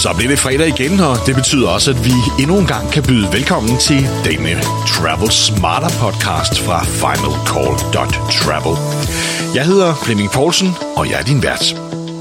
Så bliver det fredag igen, og det betyder også, at vi endnu en gang kan byde velkommen til denne Travel Smarter podcast fra finalcall.travel. Jeg hedder Flemming Poulsen, og jeg er din vært.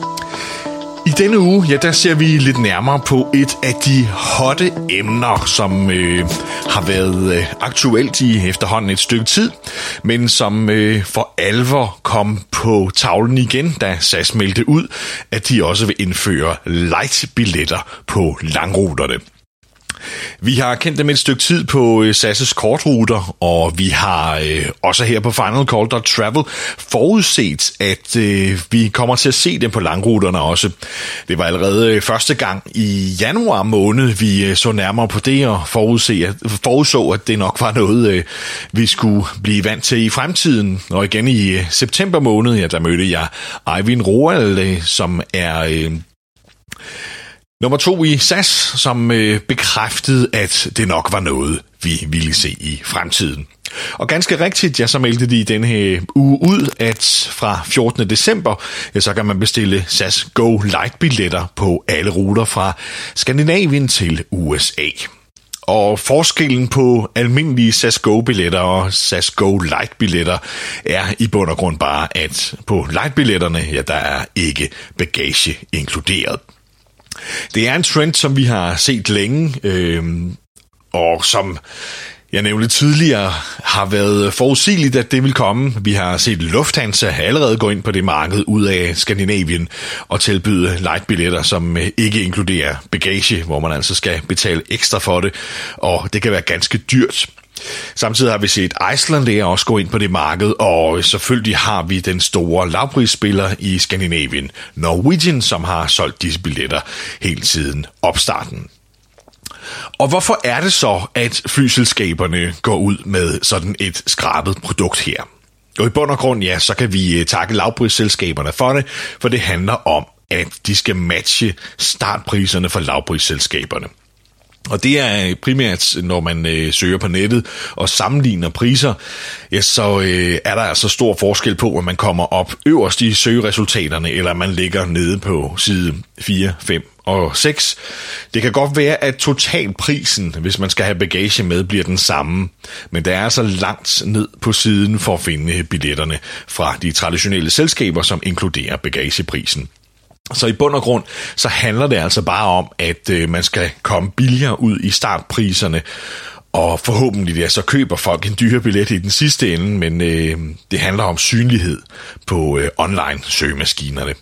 I denne uge, ja, der ser vi lidt nærmere på et af de hotte emner, som har været aktuelt i efterhånden et stykke tid, men som for alvor kom på tavlen igen, da SAS meldte ud, at de også vil indføre light-billetter på langruterne. Vi har kendt dem et stykke tid på SAS' kortruter, og vi har også her på finalcall.travel forudset, at vi kommer til at se dem på langruterne også. Det var allerede første gang i januar måned, vi så nærmere på det og forudså, at det nok var noget, vi skulle blive vant til i fremtiden. Og igen i september måned, ja, der mødte jeg Eivind Roald, som er nummer 2 i SAS, som bekræftede, at det nok var noget, vi ville se i fremtiden. Og ganske rigtigt, ja, så meldte de i denne her uge ud, at fra 14. december, ja, så kan man bestille SAS Go Light-billetter på alle ruter fra Skandinavien til USA. Og forskellen på almindelige SAS Go-billetter og SAS Go Light-billetter er i bund og grund bare, at på Light-billetterne, ja, der er ikke bagage inkluderet. Det er en trend, som vi har set længe, og som jeg nævnte tidligere har været forudsigeligt, at det vil komme. Vi har set Lufthansa allerede gå ind på det marked ud af Skandinavien og tilbyde lightbilletter, som ikke inkluderer bagage, hvor man altså skal betale ekstra for det, og det kan være ganske dyrt. Samtidig har vi set Icelandair også gå ind på det marked, og selvfølgelig har vi den store lavprisspiller i Skandinavien, Norwegian, som har solgt disse billetter helt siden opstarten. Og hvorfor er det så, at flyselskaberne går ud med sådan et skrabet produkt her? Og i bund og grund, ja, så kan vi takke lavprisselskaberne for det, for det handler om, at de skal matche startpriserne for lavprisselskaberne. Og det er primært, når man søger på nettet og sammenligner priser, ja, så er der altså stor forskel på, om man kommer op øverst i søgeresultaterne, eller man ligger nede på side 4, 5 og 6. Det kan godt være, at totalprisen, hvis man skal have bagage med, bliver den samme, men der er altså langt ned på siden for at finde billetterne fra de traditionelle selskaber, som inkluderer bagageprisen. Så i bund og grund, så handler det altså bare om, at man skal komme billigere ud i startpriserne, og forhåbentlig ja, så køber folk en dyre billet i den sidste ende, men det handler om synlighed på online søgemaskinerne.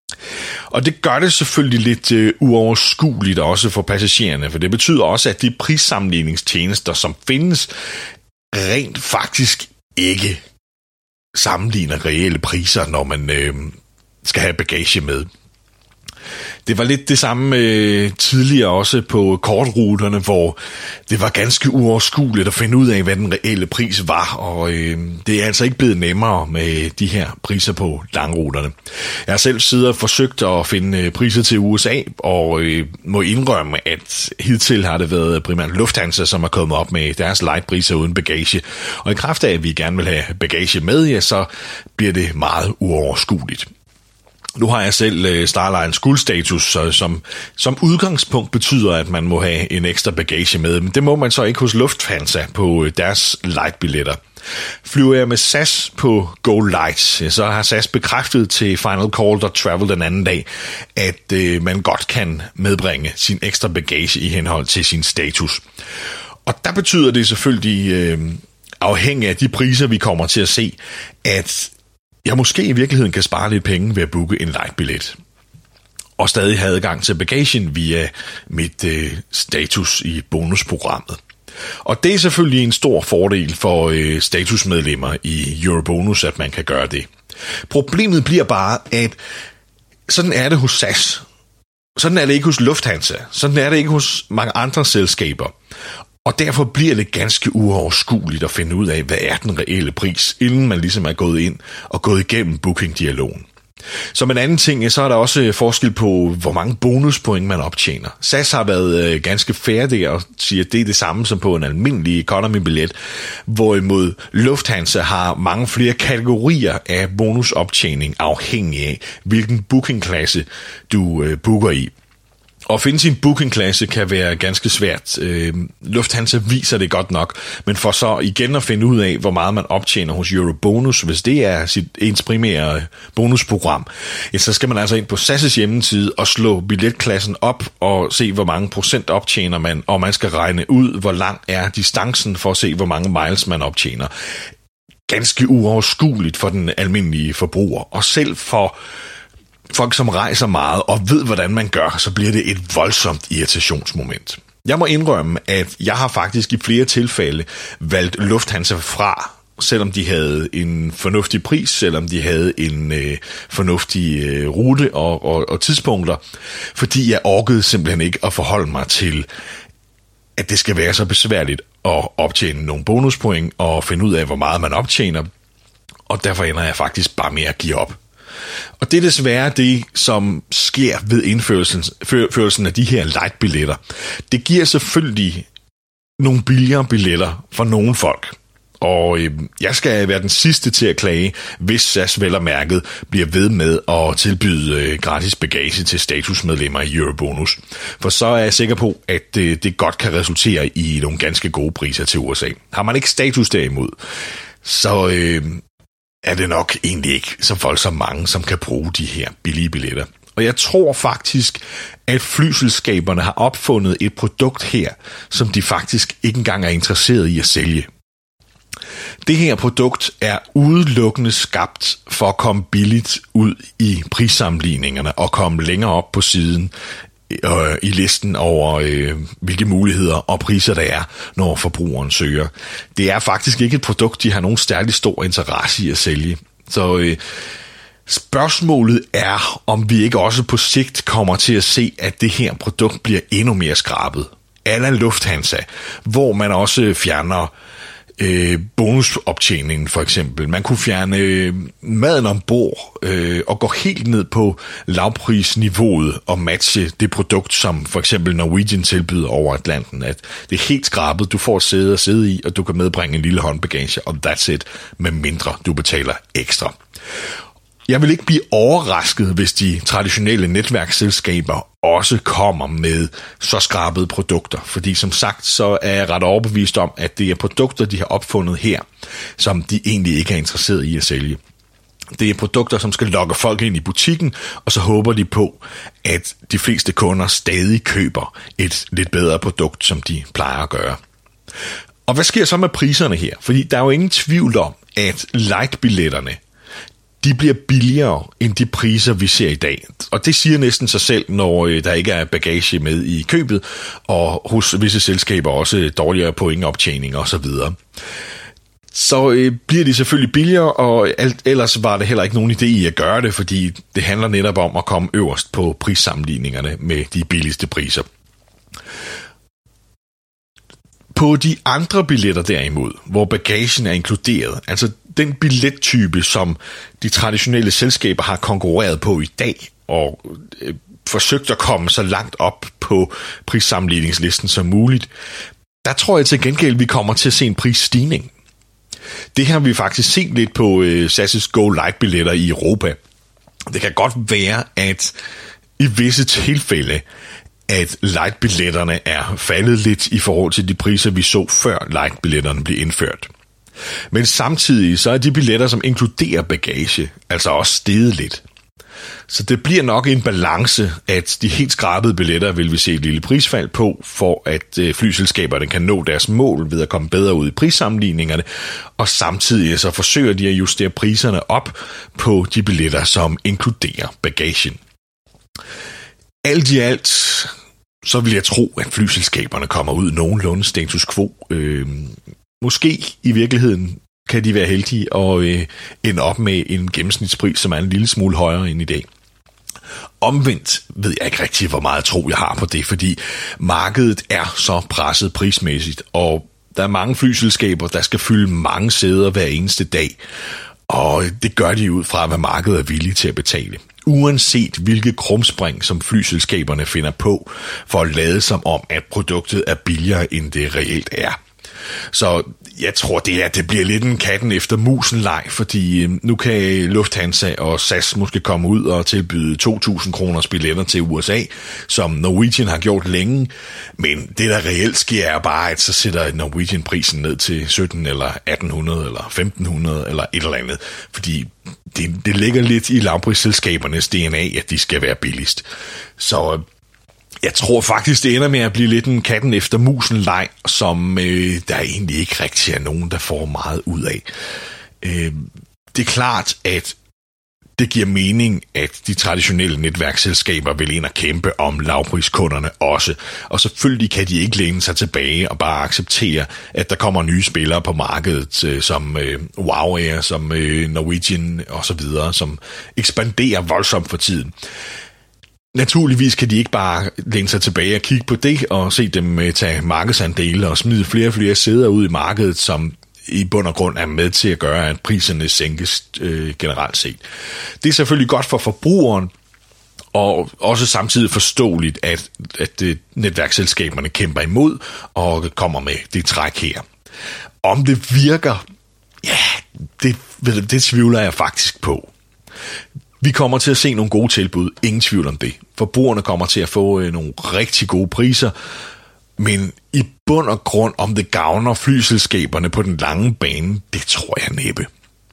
Og det gør det selvfølgelig lidt uoverskueligt også for passagererne, for det betyder også, at de prissammenligningstjenester, som findes, rent faktisk ikke sammenligner reelle priser, når man skal have bagage med. Det var lidt det samme tidligere også på kortruterne, hvor det var ganske uoverskueligt at finde ud af, hvad den reelle pris var, og det er altså ikke blevet nemmere med de her priser på langruterne. Jeg har selv siddet og forsøgt at finde priser til USA, og må indrømme, at hidtil har det været primært Lufthansa, som er kommet op med deres lightpriser uden bagage, og i kraft af, at vi gerne vil have bagage med, ja, så bliver det meget uoverskueligt. Nu har jeg selv Starlines guldstatus, som udgangspunkt betyder, at man må have en ekstra bagage med, men det må man så ikke hos Lufthansa på deres lightbilletter. Flyver jeg med SAS på Go Light, så har SAS bekræftet til finalcall.travel den anden dag, at man godt kan medbringe sin ekstra bagage i henhold til sin status. Og der betyder det selvfølgelig, afhængig af de priser, vi kommer til at se, at jeg måske i virkeligheden kan spare lidt penge ved at booke en lightbillet. Og stadig have adgang til bagagen via mit status i bonusprogrammet. Og det er selvfølgelig en stor fordel for statusmedlemmer i Eurobonus, at man kan gøre det. Problemet bliver bare, at sådan er det hos SAS. Sådan er det ikke hos Lufthansa. Sådan er det ikke hos mange andre selskaber. Og derfor bliver det ganske uoverskueligt at finde ud af, hvad er den reelle pris, inden man ligesom er gået ind og gået igennem booking-dialogen. Som en anden ting, så er der også forskel på, hvor mange bonuspoint man optjener. SAS har været ganske fair der og siger, at det er det samme som på en almindelig economy-billet, hvorimod Lufthansa har mange flere kategorier af bonusoptjening afhængig af, hvilken bookingklasse du booker i. at finde sin bookingklasse kan være ganske svært. Lufthansa viser det godt nok, men for så igen at finde ud af, hvor meget man optjener hos Eurobonus, hvis det er ens primære bonusprogram, ja, så skal man altså ind på SAS' hjemmeside og slå billetklassen op og se, hvor mange procent optjener man, og man skal regne ud, hvor lang er distancen for at se, hvor mange miles man optjener. Ganske uoverskueligt for den almindelige forbruger, og selv for folk, som rejser meget og ved, hvordan man gør, så bliver det et voldsomt irritationsmoment. Jeg må indrømme, at jeg har faktisk i flere tilfælde valgt Lufthansa fra, selvom de havde en fornuftig pris, selvom de havde en fornuftig rute og tidspunkter, fordi jeg orkede simpelthen ikke at forholde mig til, at det skal være så besværligt at optjene nogle bonuspoint og finde ud af, hvor meget man optjener, og derfor ender jeg faktisk bare med at give op. Og det er desværre det, som sker ved indførelsen af de her light-billetter. Det giver selvfølgelig nogle billigere billetter for nogle folk. Og jeg skal være den sidste til at klage, hvis SAS vel og mærket bliver ved med at tilbyde gratis bagage til statusmedlemmer i Eurobonus. For så er jeg sikker på, at det godt kan resultere i nogle ganske gode priser til USA. Har man ikke status derimod, så er det nok egentlig ikke så voldsomt mange, som kan bruge de her billige billetter. Og jeg tror faktisk, at flyselskaberne har opfundet et produkt her, som de faktisk ikke engang er interesseret i at sælge. Det her produkt er udelukkende skabt for at komme billigt ud i prissammenligningerne og komme længere op på siden i listen over, hvilke muligheder og priser der er, når forbrugeren søger. Det er faktisk ikke et produkt, de har nogen særlig stor interesse i at sælge. Så spørgsmålet er, om vi ikke også på sigt kommer til at se, at det her produkt bliver endnu mere skrabet. A la Lufthansa, hvor man også fjerner bonusoptjeningen for eksempel. Man kunne fjerne maden ombord og gå helt ned på lavprisniveauet og matche det produkt, som for eksempel Norwegian tilbyder over Atlanten. At det er helt skrabet, du får et sæde at sidde i, og du kan medbringe en lille håndbagage, og that's it, med mindre du betaler ekstra. Jeg vil ikke blive overrasket, hvis de traditionelle netværksselskaber også kommer med så skrabede produkter. Fordi som sagt, så er jeg ret overbevist om, at det er produkter, de har opfundet her, som de egentlig ikke er interesseret i at sælge. Det er produkter, som skal lokke folk ind i butikken, og så håber de på, at de fleste kunder stadig køber et lidt bedre produkt, som de plejer at gøre. Og hvad sker så med priserne her? Fordi der er jo ingen tvivl om, at light-billetterne, de bliver billigere end de priser, vi ser i dag. Og det siger næsten sig selv, når der ikke er bagage med i købet, og hos visse selskaber også dårligere pointoptjening osv. Så bliver de selvfølgelig billigere, og ellers var det heller ikke nogen idé i at gøre det, fordi det handler netop om at komme øverst på prissammenligningerne med de billigste priser. På de andre billetter derimod, hvor bagagen er inkluderet, altså den billettype, som de traditionelle selskaber har konkurreret på i dag, og forsøgt at komme så langt op på prissammenligningslisten som muligt, der tror jeg til gengæld, vi kommer til at se en prisstigning. Det har vi faktisk set lidt på SAS' Go Light-billetter i Europa. Det kan godt være, at i visse tilfælde, at light-billetterne er faldet lidt i forhold til de priser, vi så før light-billetterne blev indført. Men samtidig så er de billetter, som inkluderer bagage, altså også steget lidt. Så det bliver nok en balance, at de helt skrabede billetter vil vi se et lille prisfald på, for at flyselskaberne kan nå deres mål ved at komme bedre ud i prissammenligningerne, og samtidig så forsøger de at justere priserne op på de billetter, som inkluderer bagagen. Alt i alt, så vil jeg tro, at flyselskaberne kommer ud nogenlunde status quo. Måske i virkeligheden kan de være heldige og ende op med en gennemsnitspris, som er en lille smule højere end i dag. Omvendt ved jeg ikke rigtig, hvor meget tro jeg har på det, fordi markedet er så presset prismæssigt, og der er mange flyselskaber, der skal fylde mange sæder hver eneste dag, og det gør de ud fra, hvad markedet er villige til at betale. Uanset hvilke krumspring, som flyselskaberne finder på, for at lade som om, at produktet er billigere, end det reelt er. Så jeg tror, det bliver lidt en katten efter musen leg, fordi nu kan Lufthansa og SAS måske komme ud og tilbyde 2.000 kroners billetter til USA, som Norwegian har gjort længe. Men det, der reelt sker, er bare, at så sætter Norwegian prisen ned til 17 eller 1800 eller 1500 eller et eller andet. Fordi det ligger lidt i lavprisselskabernes DNA, at de skal være billigst. Så jeg tror faktisk, det ender med at blive lidt en katten efter musen leg, som der egentlig ikke rigtig er nogen, der får meget ud af. Det er klart, at det giver mening, at de traditionelle netværksselskaber vil ind og kæmpe om lavpriskunderne også. Og selvfølgelig kan de ikke læne sig tilbage og bare acceptere, at der kommer nye spillere på markedet, som WOW Air, som Norwegian osv., som ekspanderer voldsomt for tiden. Naturligvis kan de ikke bare læne sig tilbage og kigge på det og se dem tage markedsandele og smide flere og flere sæder ud i markedet, som i bund og grund er med til at gøre, at priserne sænkes generelt set. Det er selvfølgelig godt for forbrugeren, og også samtidig forståeligt, at netværksselskaberne kæmper imod og kommer med det træk her. Om det virker, ja, det tvivler jeg faktisk på. Vi kommer til at se nogle gode tilbud, ingen tvivl om det. Forbrugerne kommer til at få nogle rigtig gode priser, men i bund og grund, om det gavner flyselskaberne på den lange bane, det tror jeg næppe.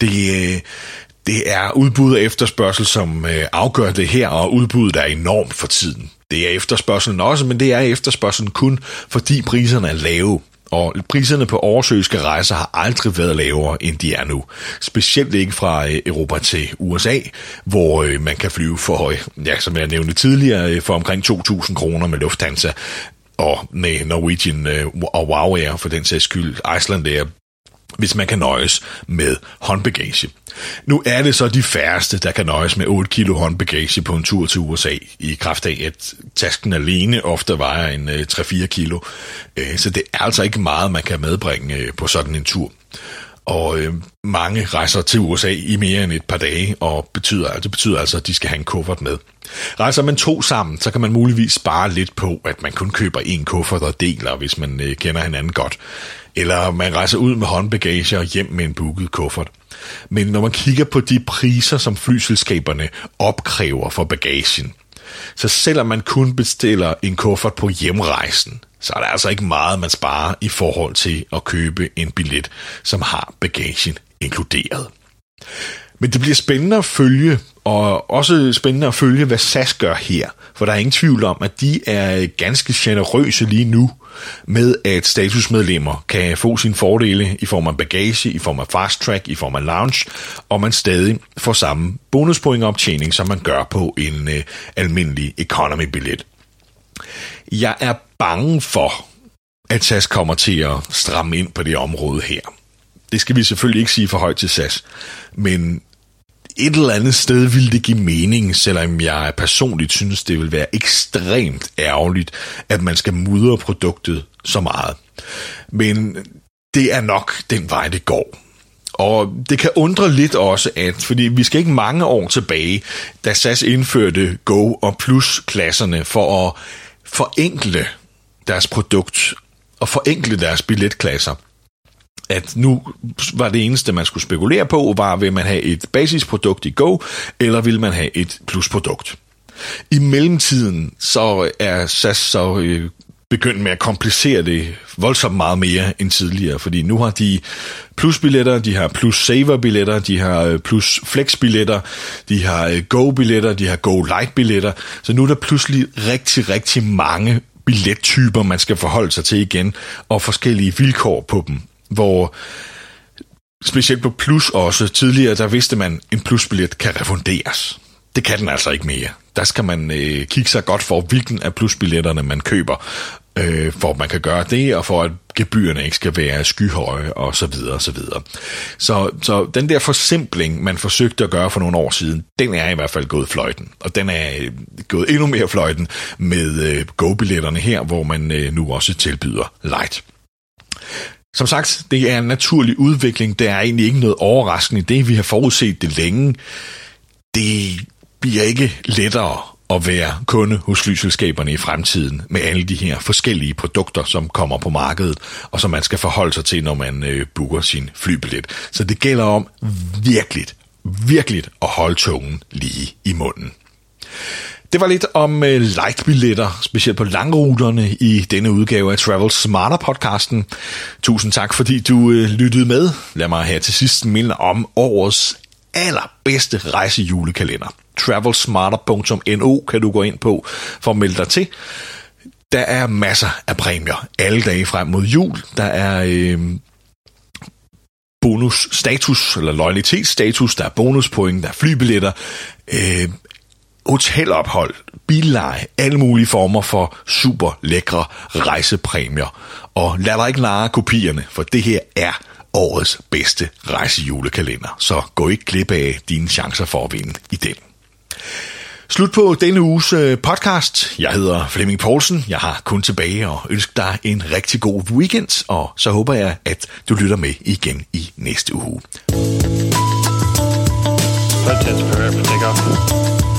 Det er udbud og efterspørgsel, som afgør det her, og udbuddet er enormt for tiden. Det er efterspørgselen også, men det er efterspørgselen kun, fordi priserne er lave. Og priserne på oversøiske rejser har aldrig været lavere, end de er nu. Specielt ikke fra Europa til USA, hvor man kan flyve for, ja, som jeg nævnte tidligere, for omkring 2.000 kroner med Lufthansa, og med Norwegian og WOW Air for den sags skyld, Icelandair, hvis man kan nøjes med håndbagage. Nu er det så de færreste, der kan nøjes med 8 kilo håndbagage på en tur til USA, i kraft af, at tasken alene ofte vejer en 3-4 kilo. Så det er altså ikke meget, man kan medbringe på sådan en tur. Og mange rejser til USA i mere end et par dage, og det betyder altså, at de skal have en kuffert med. Rejser man 2 sammen, så kan man muligvis spare lidt på, at man kun køber en kuffert og deler, hvis man kender hinanden godt. Eller man rejser ud med håndbagage og hjem med en booket kuffert. Men når man kigger på de priser, som flyselskaberne opkræver for bagagen, så selvom man kun bestiller en kuffert på hjemrejsen, så er der altså ikke meget, man sparer i forhold til at købe en billet, som har bagagen inkluderet. Men det bliver spændende at følge, og også spændende at følge, hvad SAS gør her. For der er ingen tvivl om, at de er ganske generøse lige nu med, at statusmedlemmer kan få sine fordele i form af bagage, i form af fast track, i form af lounge, og man stadig får samme bonuspointoptjening, som man gør på en almindelig economy-billet. Jeg er bange for, at SAS kommer til at stramme ind på det område her. Det skal vi selvfølgelig ikke sige for højt til SAS, men et eller andet sted vil det give mening, selvom jeg personligt synes, det vil være ekstremt ærgerligt, at man skal mudre produktet så meget. Men det er nok den vej, det går. Og det kan undre lidt også, fordi vi skal ikke mange år tilbage, da SAS indførte Go og Plus-klasserne for at forenkle deres produkt og forenkle deres billetklasser. At nu var det eneste, man skulle spekulere på, var, vil man have et basisprodukt i Go, eller vil man have et plusprodukt. I mellemtiden så er SAS så begyndt med at komplicere det voldsomt meget mere end tidligere, fordi nu har de plusbilletter, de har plus saver billetter, de har plus flex billetter, de har Go billetter, de har Go Light billetter, så nu er der pludselig rigtig, rigtig mange billettyper, man skal forholde sig til igen, og forskellige vilkår på dem. Hvor specielt på Plus også, tidligere der vidste man, at en Plusbillet kan refunderes. Det kan den altså ikke mere. Der skal man kigge sig godt for, hvilken af Plusbilletterne man køber, for at man kan gøre det, og for at gebyrerne ikke skal være skyhøje, og så videre, og så videre. Så den der forsimpling, man forsøgte at gøre for nogle år siden, den er i hvert fald gået fløjten. Og den er gået endnu mere fløjten med Go-billetterne her, hvor man nu også tilbyder Light. Som sagt, det er en naturlig udvikling. Det er egentlig ikke noget overraskende i det. Vi har forudset det længe. Det bliver ikke lettere at være kunde hos flyselskaberne i fremtiden med alle de her forskellige produkter, som kommer på markedet, og som man skal forholde sig til, når man booker sin flybillet. Så det gælder om virkelig at holde tungen lige i munden. Det var lidt om lightbilletter, specielt på langruterne i denne udgave af Travel Smarter podcasten. Tusind tak, fordi du lyttede med. Lad mig her til sidst minde om årets allerbedste rejsejulekalender. Travelsmarter.no kan du gå ind på for at melde dig til. Der er masser af præmier alle dage frem mod jul. Der er bonusstatus eller loyalitetsstatus, der er bonuspoint, der er flybilletter, hotelophold, billeje, alle mulige former for super lækre rejsepræmier. Og lad dig ikke narre kopierne, for det her er årets bedste rejsejulekalender. Så gå ikke glip af dine chancer for at vinde i den. Slut på denne uges podcast. Jeg hedder Flemming Poulsen. Jeg har kun tilbage og ønsker dig en rigtig god weekend, og så håber jeg, at du lytter med igen i næste uge. Prepare for takeoff.